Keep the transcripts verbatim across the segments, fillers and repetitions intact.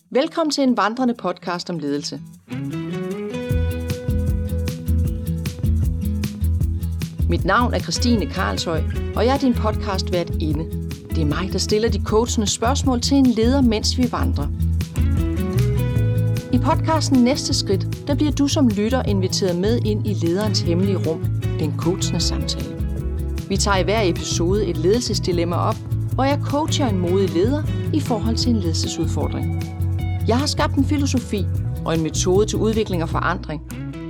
Velkommen til en vandrende podcast om ledelse. Mit navn er Christine Karlshøj, og jeg er din podcast vært inde. Det er mig, der stiller de coachende spørgsmål til en leder, mens vi vandrer. I podcasten Næste Skridt, der bliver du som lytter inviteret med ind i lederens hemmelige rum, den coachende samtale. Vi tager i hver episode et ledelsesdilemma op, hvor jeg coacher en modig leder i forhold til en ledelsesudfordring. Jeg har skabt en filosofi og en metode til udvikling og forandring.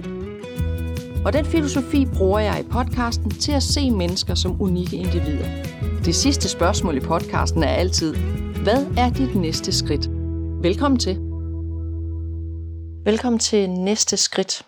Og den filosofi bruger jeg i podcasten til at se mennesker som unikke individer. Det sidste spørgsmål i podcasten er altid, hvad er dit næste skridt? Velkommen til. Velkommen til Næste Skridt.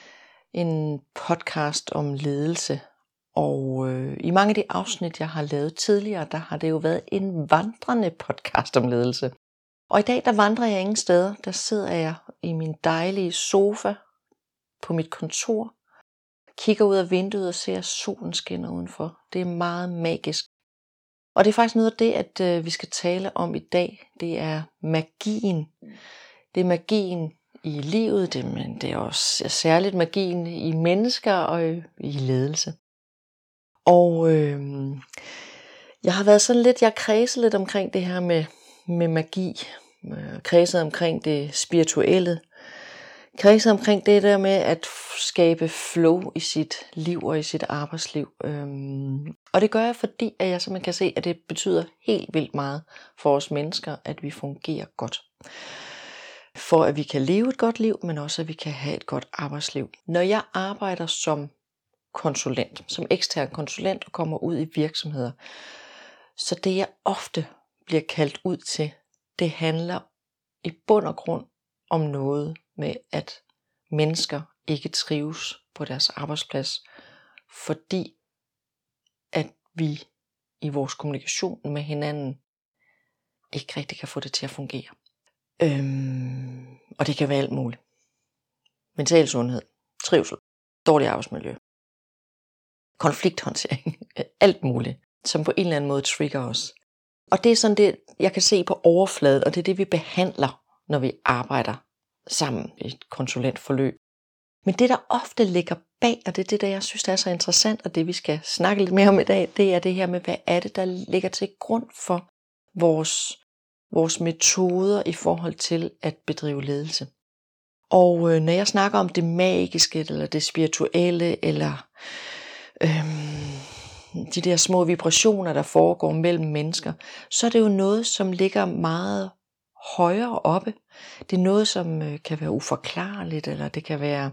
En podcast om ledelse. Og øh, i mange af de afsnit, jeg har lavet tidligere, der har det jo været en vandrende podcast om ledelse. Og i dag, der vandrer jeg ingen steder. Der sidder jeg i min dejlige sofa på mit kontor, kigger ud af vinduet og ser, at solen skinner udenfor. Det er meget magisk. Og det er faktisk noget af det, at øh, vi skal tale om i dag. Det er magien. Det er magien i livet, det, men det er også særligt magien i mennesker og øh, i ledelse. Og øh, jeg har været sådan lidt, jeg kredset lidt omkring det her med, med magi. Kredset omkring det spirituelle. Kredset omkring det der med at skabe flow i sit liv og i sit arbejdsliv. Øhm, og det gør jeg, fordi at jeg simpelthen kan se, at det betyder helt vildt meget for os mennesker, at vi fungerer godt. For at vi kan leve et godt liv, men også at vi kan have et godt arbejdsliv. Når jeg arbejder som konsulent, som ekstern konsulent og kommer ud i virksomheder, så det jeg ofte bliver kaldt ud til, det handler i bund og grund om noget med, at mennesker ikke trives på deres arbejdsplads, fordi at vi i vores kommunikation med hinanden ikke rigtig kan få det til at fungere. Øhm, og det kan være alt muligt. Mental sundhed, trivsel, dårlig arbejdsmiljø, konflikthåndtering, alt muligt, som på en eller anden måde trigger os. Og det er sådan det, jeg kan se på overfladen, og det er det, vi behandler, når vi arbejder sammen i et konsulentforløb. Men det, der ofte ligger bag, og det er det, der jeg synes, der er så interessant, og det vi skal snakke lidt mere om i dag, det er det her med, hvad er det, der ligger til grund for vores, vores metoder i forhold til at bedrive ledelse. Og øh, når jeg snakker om det magiske, eller det spirituelle, eller øhm, de der små vibrationer, der foregår mellem mennesker, så er det jo noget, som ligger meget højere oppe. Det er noget, som øh, kan være uforklarligt, eller det kan være...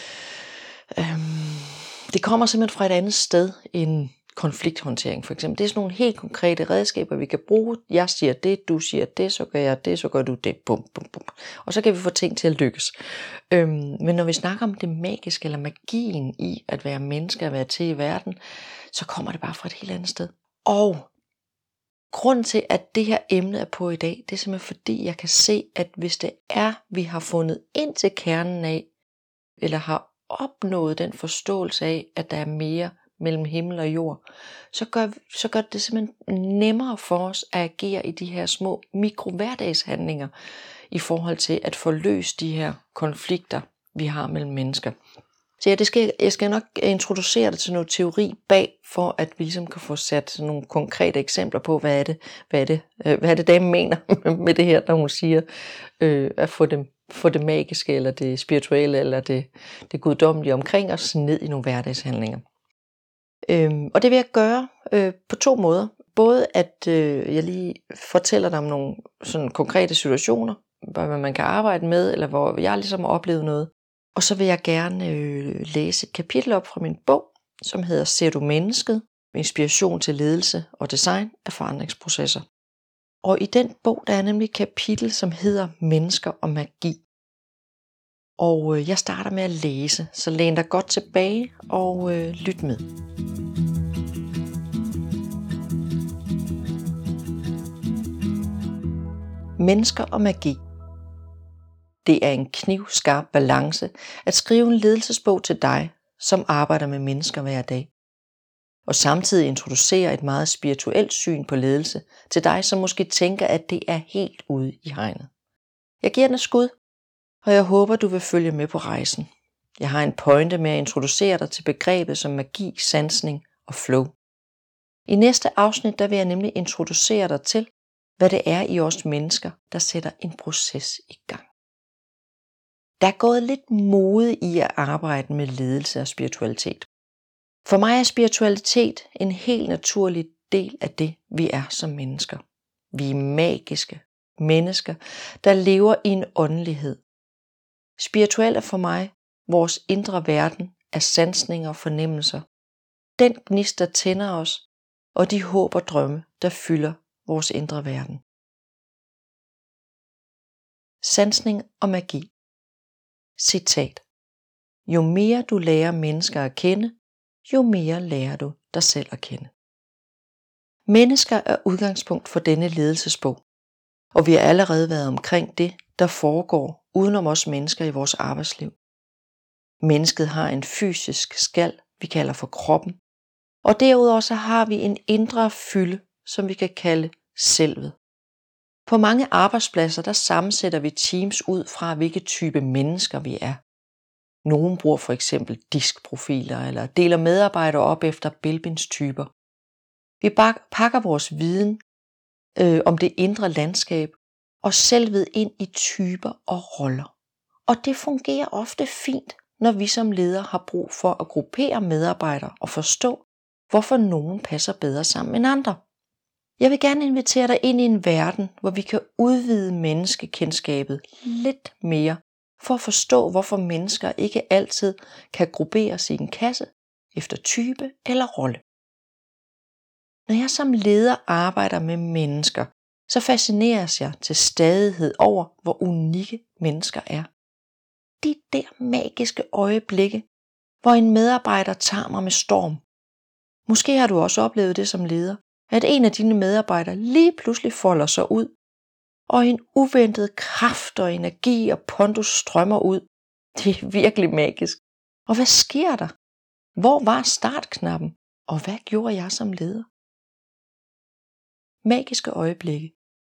Øhm, det kommer simpelthen fra et andet sted end konflikthåndtering, for eksempel. Det er sådan nogle helt konkrete redskaber, vi kan bruge. Jeg siger det, du siger det, så gør jeg det, så gør du det. Bum, bum, bum. Og så kan vi få ting til at lykkes. Øhm, men når vi snakker om det magiske, eller magien i at være menneske, at være til i verden, så kommer det bare fra et helt andet sted. Og grunden til, at det her emne er på i dag, det er simpelthen fordi, jeg kan se, at hvis det er, vi har fundet ind til kernen af, eller har opnået den forståelse af, at der er mere mellem himmel og jord, så gør, så gør det simpelthen nemmere for os at agere i de her små mikroværdagshandlinger, i forhold til at få løst de her konflikter, vi har mellem mennesker. Så ja, det skal, jeg skal nok introducere det til noget teori bag, for at vi ligesom kan få sat nogle konkrete eksempler på, hvad er det, hvad er det, øh, hvad er det dame mener med det her, når hun siger, øh, at få det, få det magiske, eller det spirituelle, eller det, det guddommelige omkring os ned i nogle hverdagshandlinger. Øhm, og det vil jeg gøre øh, på to måder. Både at øh, jeg lige fortæller dig om nogle sådan konkrete situationer, hvor man kan arbejde med, eller hvor jeg ligesom har oplevet noget. Og så vil jeg gerne øh, læse et kapitel op fra min bog, som hedder Ser du mennesket? Inspiration til ledelse og design af forandringsprocesser. Og i den bog, der er nemlig et kapitel, som hedder Mennesker og magi. Og øh, jeg starter med at læse, så læn dig godt tilbage og øh, lyt med. Mennesker og magi. Det er en knivskarp balance at skrive en ledelsesbog til dig, som arbejder med mennesker hver dag. Og samtidig introducere et meget spirituelt syn på ledelse til dig, som måske tænker, at det er helt ude i hegnet. Jeg giver den et skud, og jeg håber, du vil følge med på rejsen. Jeg har en pointe med at introducere dig til begrebet som magi, sansning og flow. I næste afsnit der vil jeg nemlig introducere dig til, hvad det er i os mennesker, der sætter en proces i gang. Der er gået lidt mode i at arbejde med ledelse og spiritualitet. For mig er spiritualitet en helt naturlig del af det, vi er som mennesker. Vi er magiske mennesker, der lever i en åndelighed. Spirituel er for mig vores indre verden af sansninger og fornemmelser. Den gnist, der tænder os, og de håb og drømme, der fylder vores indre verden. Sansning og magi. Citat. Jo mere du lærer mennesker at kende, jo mere lærer du dig selv at kende. Mennesker er udgangspunkt for denne ledelsesbog, og vi har allerede været omkring det, der foregår udenom os mennesker i vores arbejdsliv. Mennesket har en fysisk skal, vi kalder for kroppen, og derudover så har vi en indre fylde, som vi kan kalde selvet. På mange arbejdspladser der sammensætter vi teams ud fra, hvilke type mennesker vi er. Nogle bruger for eksempel diskprofiler eller deler medarbejdere op efter bilbindstyper. Vi pakker vores viden øh, om det indre landskab og selvet ind i typer og roller. Og det fungerer ofte fint, når vi som ledere har brug for at gruppere medarbejdere og forstå, hvorfor nogen passer bedre sammen end andre. Jeg vil gerne invitere dig ind i en verden, hvor vi kan udvide menneskekendskabet lidt mere, for at forstå, hvorfor mennesker ikke altid kan grupperes i en kasse efter type eller rolle. Når jeg som leder arbejder med mennesker, så fascineres jeg til stadighed over, hvor unikke mennesker er. De der magiske øjeblikke, hvor en medarbejder tager mig med storm. Måske har du også oplevet det som leder, at en af dine medarbejdere lige pludselig folder sig ud, og en uventet kraft og energi og pondus strømmer ud. Det er virkelig magisk. Og hvad sker der? Hvor var startknappen? Og hvad gjorde jeg som leder? Magiske øjeblikke.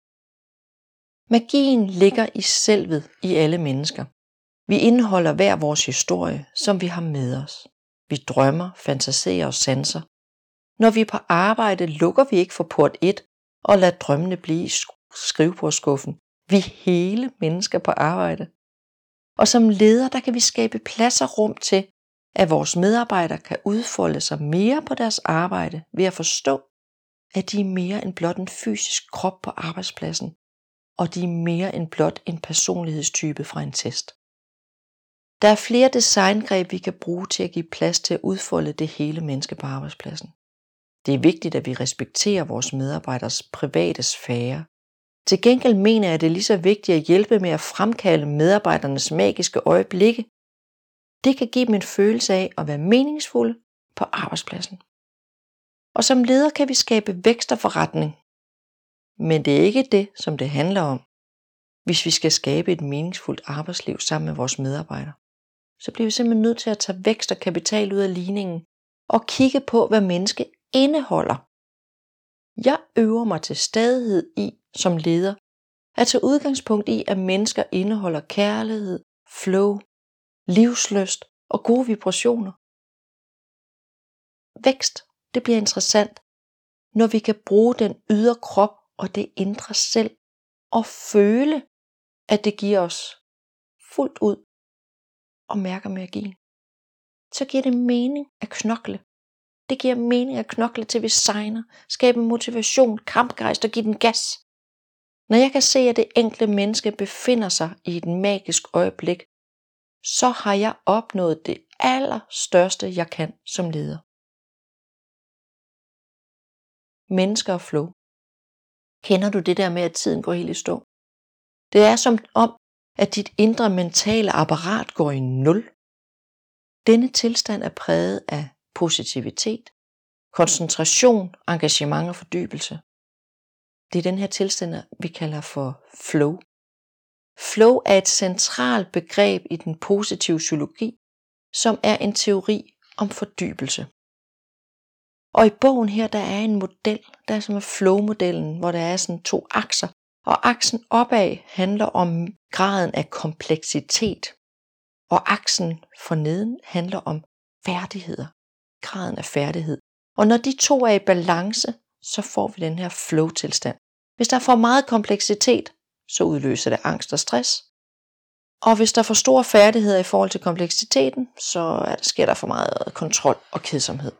Magien ligger i selvet i alle mennesker. Vi indeholder hver vores historie, som vi har med os. Vi drømmer, fantaserer og sanser. Når vi er på arbejde, lukker vi ikke for port et og lader drømmene blive i skrivebordsskuffen. Vi er hele mennesker på arbejde. Og som leder, der kan vi skabe plads og rum til, at vores medarbejdere kan udfolde sig mere på deres arbejde ved at forstå, at de er mere end blot en fysisk krop på arbejdspladsen, og de er mere end blot en personlighedstype fra en test. Der er flere designgreb, vi kan bruge til at give plads til at udfolde det hele menneske på arbejdspladsen. Det er vigtigt, at vi respekterer vores medarbejderes private sfære. Til gengæld mener jeg, at det er lige så vigtigt at hjælpe med at fremkalde medarbejdernes magiske øjeblikke. Det kan give dem en følelse af at være meningsfulde på arbejdspladsen. Og som leder kan vi skabe vækst og forretning. Men det er ikke det, som det handler om. Hvis vi skal skabe et meningsfuldt arbejdsliv sammen med vores medarbejdere, så bliver vi simpelthen nødt til at tage vækst og kapital ud af ligningen og kigge på, hvad mennesket indeholder. Jeg øver mig til stadighed i, som leder, at tage udgangspunkt i, at mennesker indeholder kærlighed, flow, livslyst og gode vibrationer. Vækst, det bliver interessant, når vi kan bruge den ydre krop og det indre selv og føle, at det giver os fuldt ud og mærker magien. Så giver det mening at knokle. Det giver mening at knokle til vi signer, skabe motivation, kampgejst og give den gas. Når jeg kan se, at det enkelte menneske befinder sig i et magisk øjeblik, så har jeg opnået det allerstørste, jeg kan som leder. Mennesker og flow. Kender du det der med, at tiden går helt i stå? Det er som om, at dit indre mentale apparat går i nul. Denne tilstand er præget af positivitet, koncentration, engagement og fordybelse. Det er den her tilstand, vi kalder for flow. Flow er et centralt begreb i den positive psykologi, som er en teori om fordybelse. Og i bogen her, der er en model, der er som flow-modellen, hvor der er sådan to akser. Og aksen opad handler om graden af kompleksitet. Og aksen forneden handler om færdigheder. Graden af færdighed. Og når de to er i balance, så får vi den her flow-tilstand. Hvis der er for meget kompleksitet, så udløser det angst og stress. Og hvis der er for store færdigheder i forhold til kompleksiteten, så er der, sker der for meget kontrol og kedsomhed.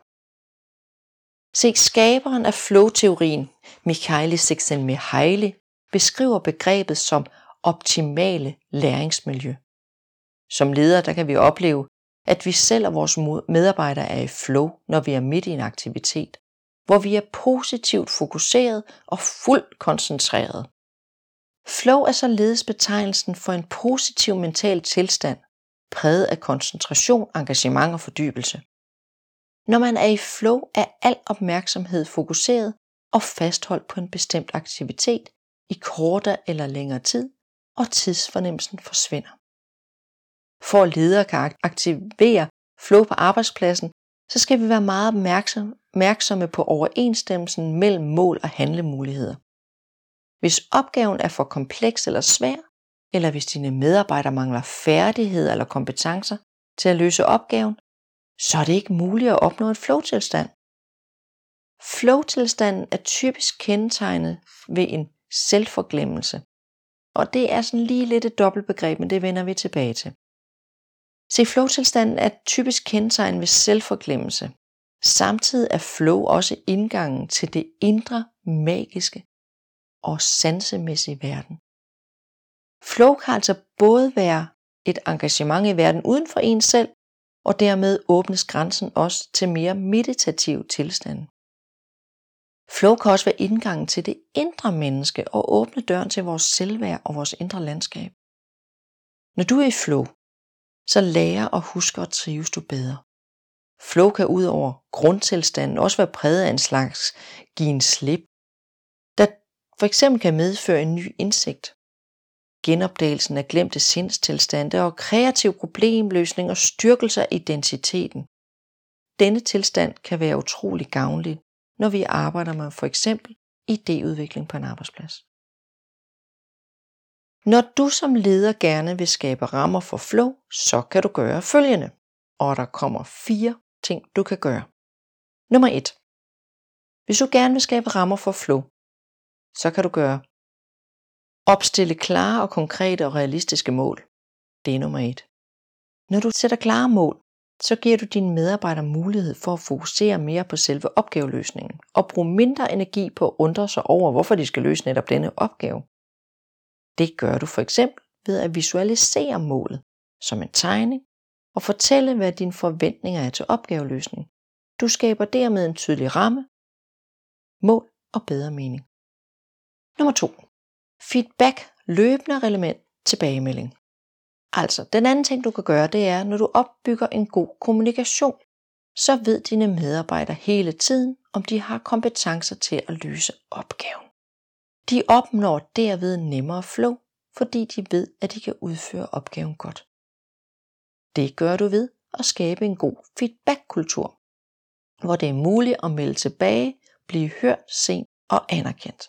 Se, skaberen af flow-teorien, Mihaly Csikszentmihalyi, beskriver begrebet som optimale læringsmiljø. Som leder, der kan vi opleve, at vi selv og vores medarbejdere er i flow, når vi er midt i en aktivitet, hvor vi er positivt fokuseret og fuldt koncentreret. Flow er således betegnelsen for en positiv mental tilstand, præget af koncentration, engagement og fordybelse. Når man er i flow, er al opmærksomhed fokuseret og fastholdt på en bestemt aktivitet i kortere eller længere tid, og tidsfornemmelsen forsvinder. For at ledere kan aktivere flow på arbejdspladsen, så skal vi være meget opmærksomme på overensstemmelsen mellem mål og handlemuligheder. Hvis opgaven er for kompleks eller svær, eller hvis dine medarbejdere mangler færdigheder eller kompetencer til at løse opgaven, så er det ikke muligt at opnå en flow-tilstand. Flow-tilstanden er typisk kendetegnet ved en selvforglemmelse, og det er sådan lige lidt et dobbeltbegreb, men det vender vi tilbage til. Se, flow-tilstanden er typisk kendetegnet ved selvforglemmelse. Samtidig er flow også indgangen til det indre, magiske og sansemæssige verden. Flow kan altså både være et engagement i verden uden for en selv, og dermed åbnes grænsen også til mere meditative tilstande. Flow kan også være indgangen til det indre menneske og åbne døren til vores selvværd og vores indre landskab. Når du er i flow, så lærer og husker og trives du bedre. Flow kan ud over grundtilstanden også være præget af en slags given slip, der for eksempel kan medføre en ny indsigt, genopdagelsen af glemte sindstilstande og kreativ problemløsning og styrkelse af identiteten. Denne tilstand kan være utrolig gavnlig, når vi arbejder med for eksempel idéudvikling på en arbejdsplads. Når du som leder gerne vil skabe rammer for flow, så kan du gøre følgende. Og der kommer fire ting, du kan gøre. Nummer et. Hvis du gerne vil skabe rammer for flow, så kan du gøre opstille klare og konkrete og realistiske mål. Det er nummer et. Når du sætter klare mål, så giver du dine medarbejdere mulighed for at fokusere mere på selve opgaveløsningen og bruge mindre energi på at undre sig over, hvorfor de skal løse netop denne opgave. Det gør du for eksempel ved at visualisere målet som en tegning og fortælle, hvad dine forventninger er til opgaveløsning. Du skaber dermed en tydelig ramme, mål og bedre mening. Nummer to. Feedback, løbende relevant tilbagemelding. Altså, den anden ting, du kan gøre, det er, når du opbygger en god kommunikation, så ved dine medarbejdere hele tiden, om de har kompetencer til at løse opgaven. De opnår derved nemmere flow, fordi de ved, at de kan udføre opgaven godt. Det gør du ved at skabe en god feedback-kultur, hvor det er muligt at melde tilbage, blive hørt, set og anerkendt.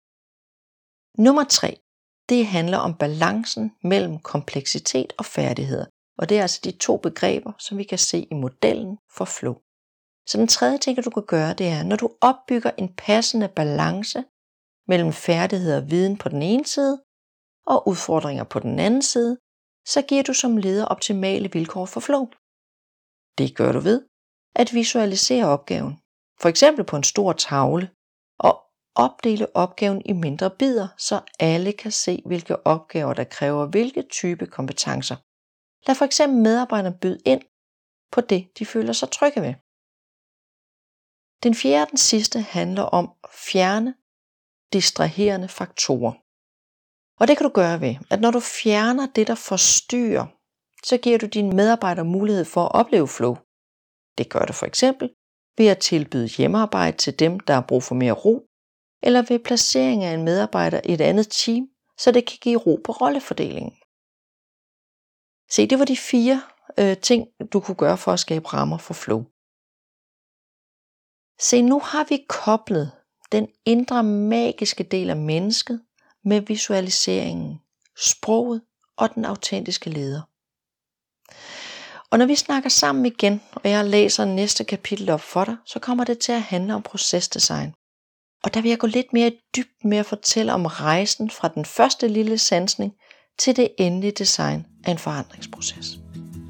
Nummer tre. Det handler om balancen mellem kompleksitet og færdigheder, og det er altså de to begreber, som vi kan se i modellen for flow. Så den tredje ting, du kan gøre, det er, når du opbygger en passende balance mellem færdigheder og viden på den ene side, og udfordringer på den anden side, så giver du som leder optimale vilkår for flow. Det gør du ved at visualisere opgaven, for eksempel på en stor tavle, og opdele opgaven i mindre bidder, så alle kan se, hvilke opgaver, der kræver hvilke type kompetencer. Lad for eksempel medarbejderne byde ind på det, de føler sig trygge ved. Den fjerde og den sidste handler om at fjerne distraherende faktorer. Og det kan du gøre ved, at når du fjerner det, der forstyrrer, så giver du dine medarbejdere mulighed for at opleve flow. Det gør du for eksempel ved at tilbyde hjemmearbejde til dem, der har brug for mere ro, eller ved placering af en medarbejder i et andet team, så det kan give ro på rollefordelingen. Se, det var de fire øh, ting, du kunne gøre for at skabe rammer for flow. Se, nu har vi koblet den indre magiske del af mennesket med visualiseringen, sproget og den autentiske leder. Og når vi snakker sammen igen, og jeg læser næste kapitel op for dig, så kommer det til at handle om procesdesign. Og der vil jeg gå lidt mere i dybden med at fortælle om rejsen fra den første lille sansning til det endelige design af en forandringsproces.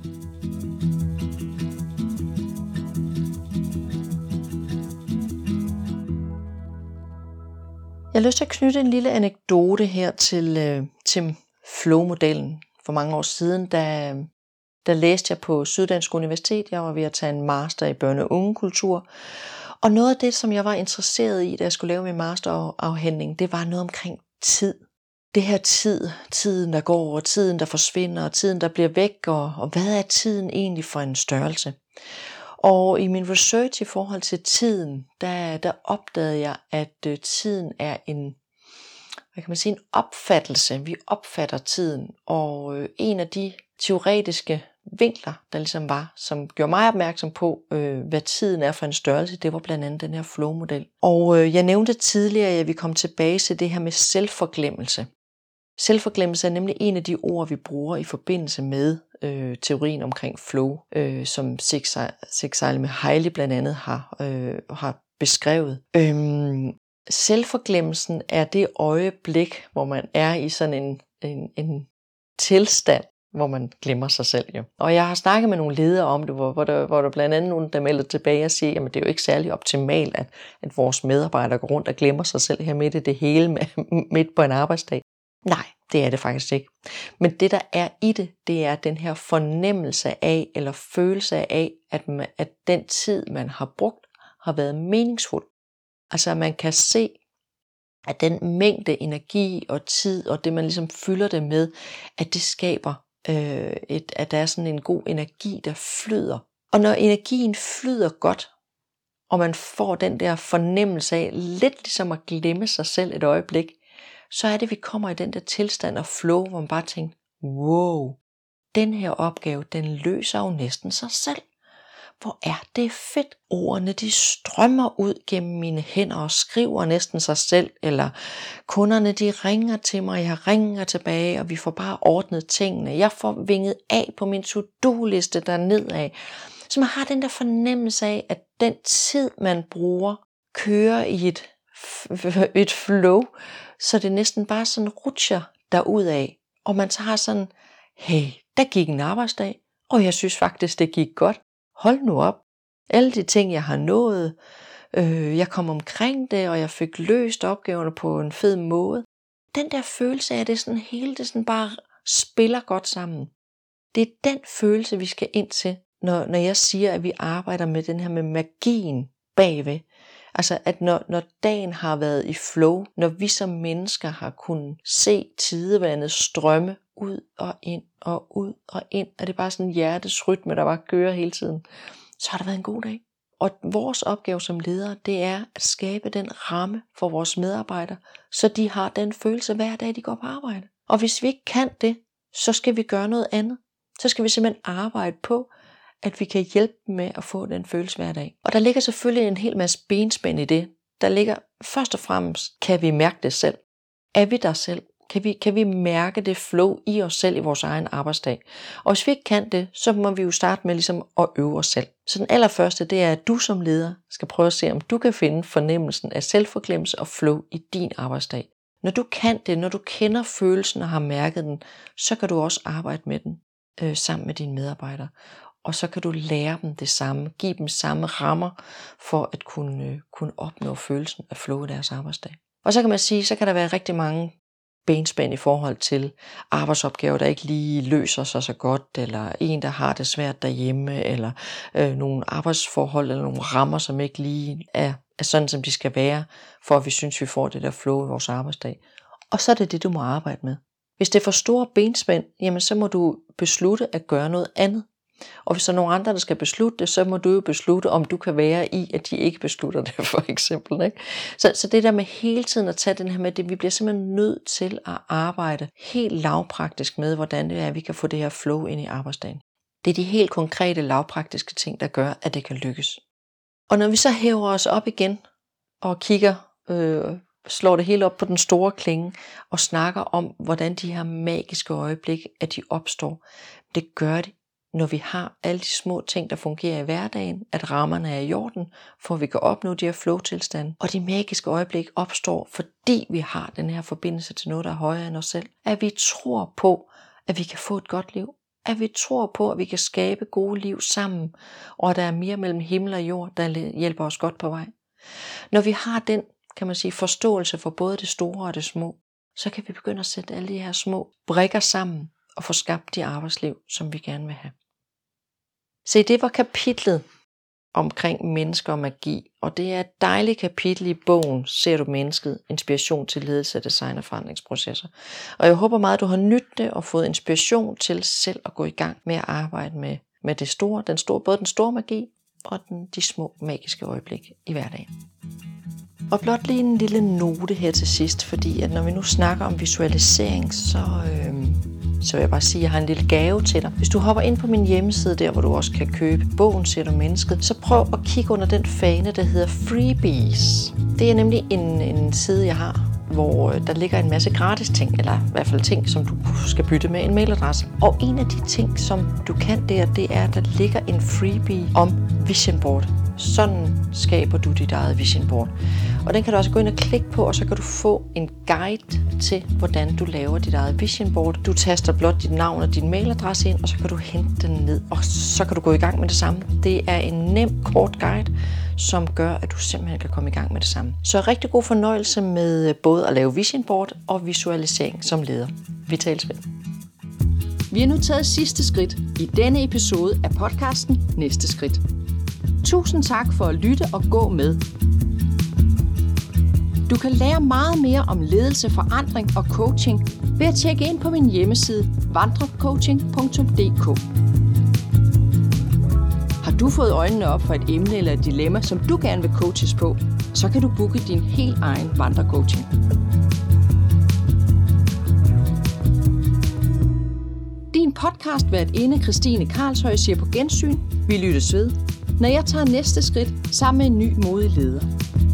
Jeg har lyst til at knytte en lille anekdote her til, øh, til flow-modellen. For mange år siden, da, der læste jeg på Syddansk Universitet. Jeg var ved at tage en master i børne- og ungekultur. Og noget af det, som jeg var interesseret i, da jeg skulle lave min masterafhandling, det var noget omkring tid. Det her tid, tiden der går, og tiden der forsvinder, og tiden der bliver væk, og, og hvad er tiden egentlig for en størrelse? Og i min research i forhold til tiden, der, der opdagede jeg, at øh, tiden er en, hvad kan man sige, en opfattelse. Vi opfatter tiden, og øh, en af de teoretiske vinkler, der ligesom var, som gjorde mig opmærksom på, øh, hvad tiden er for en størrelse, det var blandt andet den her flow-model. Og øh, jeg nævnte tidligere, at vi kom tilbage til det her med selvforglemmelse. Selvforglemmelse er nemlig en af de ord, vi bruger i forbindelse med øh, teorien omkring flow, øh, som Csikszentmihalyi Haile blandt andet har, øh, har beskrevet. Øhm, selvforglemmelsen er det øjeblik, hvor man er i sådan en, en, en tilstand, hvor man glemmer sig selv. Jo. Og jeg har snakket med nogle ledere om det, hvor, hvor, der, hvor der blandt andet nogen, der melder tilbage og siger, at det er jo ikke særlig optimalt, at, at vores medarbejdere går rundt og glemmer sig selv her midt i det hele, med, midt på en arbejdsdag. Nej, det er det faktisk ikke. Men det, der er i det, det er den her fornemmelse af, eller følelse af, at, man, at den tid, man har brugt, har været meningsfuld. Altså, man kan se, at den mængde energi og tid, og det, man ligesom fylder det med, at det skaber, øh, et, at der er sådan en god energi, der flyder. Og når energien flyder godt, og man får den der fornemmelse af, lidt ligesom at glemme sig selv et øjeblik, så er det, vi kommer i den der tilstand af flow, hvor man bare tænker, wow, den her opgave, den løser jo næsten sig selv. Hvor er det fedt. Ordene, de strømmer ud gennem mine hænder og skriver næsten sig selv, eller kunderne, de ringer til mig, jeg ringer tilbage, og vi får bare ordnet tingene. Jeg får vinget af på min to-do-liste dernedad. Så man har den der fornemmelse af, at den tid, man bruger, kører i et, et flow, så det næsten bare sådan rutscher derudad. Og man så har sådan, hey, der gik en arbejdsdag, og jeg synes faktisk, det gik godt. Hold nu op. Alle de ting, jeg har nået, øh, jeg kom omkring det, og jeg fik løst opgaverne på en fed måde. Den der følelse af, at det sådan hele det sådan bare spiller godt sammen. Det er den følelse, vi skal ind til, når, når jeg siger, at vi arbejder med den her med magien bagved. Altså, at når, når dagen har været i flow, når vi som mennesker har kunnet se tidevandet strømme ud og ind og ud og ind, og det er bare sådan en hjertes rytme, der bare kører hele tiden, så har det været en god dag. Og vores opgave som ledere, det er at skabe den ramme for vores medarbejdere, så de har den følelse hver dag, de går på arbejde. Og hvis vi ikke kan det, så skal vi gøre noget andet. Så skal vi simpelthen arbejde på, at vi kan hjælpe dem med at få den følelse hver dag. Og der ligger selvfølgelig en hel masse benspænd i det. Der ligger først og fremmest, kan vi mærke det selv? Er vi der selv? Kan vi, kan vi mærke det flow i os selv i vores egen arbejdsdag? Og hvis vi ikke kan det, så må vi jo starte med ligesom at øve os selv. Så den allerførste, det er, at du som leder skal prøve at se, om du kan finde fornemmelsen af selvforglemmelse og flow i din arbejdsdag. Når du kan det, når du kender følelsen og har mærket den, så kan du også arbejde med den øh, sammen med dine medarbejdere. Og så kan du lære dem det samme, give dem samme rammer for at kunne, øh, kunne opnå følelsen af flow i deres arbejdsdag. Og så kan man sige, så kan der være rigtig mange benspænd i forhold til arbejdsopgaver, der ikke lige løser sig så godt, eller en, der har det svært derhjemme, eller øh, nogle arbejdsforhold, eller nogle rammer, som ikke lige er, er sådan, som de skal være, for at vi synes, vi får det der flow i vores arbejdsdag. Og så er det det, du må arbejde med. Hvis det er for store benspænd, jamen så må du beslutte at gøre noget andet. Og hvis der er nogen andre, der skal beslutte det, så må du jo beslutte, om du kan være i, at de ikke beslutter det, for eksempel. Ikke? Så, så det der med hele tiden at tage den her med, det, vi bliver simpelthen nødt til at arbejde helt lavpraktisk med, hvordan det er, at vi kan få det her flow ind i arbejdsdagen. Det er de helt konkrete lavpraktiske ting, der gør, at det kan lykkes. Og når vi så hæver os op igen og kigger øh, slår det hele op på den store klinge og snakker om, hvordan de her magiske øjeblikke, at de opstår. Det gør det, når vi har alle de små ting, der fungerer i hverdagen, at rammerne er i orden, for at vi kan opnå de her flow-tilstande. Og de magiske øjeblikke opstår, fordi vi har den her forbindelse til noget, der er højere end os selv. At vi tror på, at vi kan få et godt liv. At vi tror på, at vi kan skabe gode liv sammen, og at der er mere mellem himmel og jord, der hjælper os godt på vej. Når vi har den, kan man sige, forståelse for både det store og det små, så kan vi begynde at sætte alle de her små brikker sammen og få skabt de arbejdsliv, som vi gerne vil have. Se, det var kapitlet omkring mennesker og magi, og det er et dejligt kapitel i bogen, Ser du mennesket? Inspiration til ledelse, design og forandringsprocesser. Og jeg håber meget, at du har nydt det og fået inspiration til selv at gå i gang med at arbejde med, med det store, den store, både den store magi og den, de små magiske øjeblikke i hverdagen. Og blot lige en lille note her til sidst, fordi at når vi nu snakker om visualisering, så, øh, så vil jeg bare sige, at jeg har en lille gave til dig. Hvis du hopper ind på min hjemmeside der, hvor du også kan købe bogen Ser du mennesket, så prøv at kigge under den fane, der hedder Freebies. Det er nemlig en, en side, jeg har, hvor der ligger en masse gratis ting, eller i hvert fald ting, som du skal bytte med en mailadresse. Og en af de ting, som du kan der, det er, at der ligger en freebie om vision board. Sådan skaber du dit eget vision board. Og den kan du også gå ind og klikke på, og så kan du få en guide til, hvordan du laver dit eget vision board. Du taster blot dit navn og din mailadresse ind, og så kan du hente den ned, og så kan du gå i gang med det samme. Det er en nem, kort guide, som gør, at du simpelthen kan komme i gang med det samme. Så rigtig god fornøjelse med både at lave vision board og visualisering som leder. Vi tales ved. Vi har nu taget sidste skridt i denne episode af podcasten Næste Skridt. Tusind tak for at lytte og gå med. Du kan lære meget mere om ledelse, forandring og coaching ved at tjekke ind på min hjemmeside vandrecoaching punktum d k. Har du fået øjnene op for et emne eller et dilemma, som du gerne vil coaches på, så kan du booke din helt egen vandrecoaching. Din podcastvært Christine Karlshøj siger på gensyn. Vi lyttes ved, når jeg tager næste skridt sammen med en ny modig leder.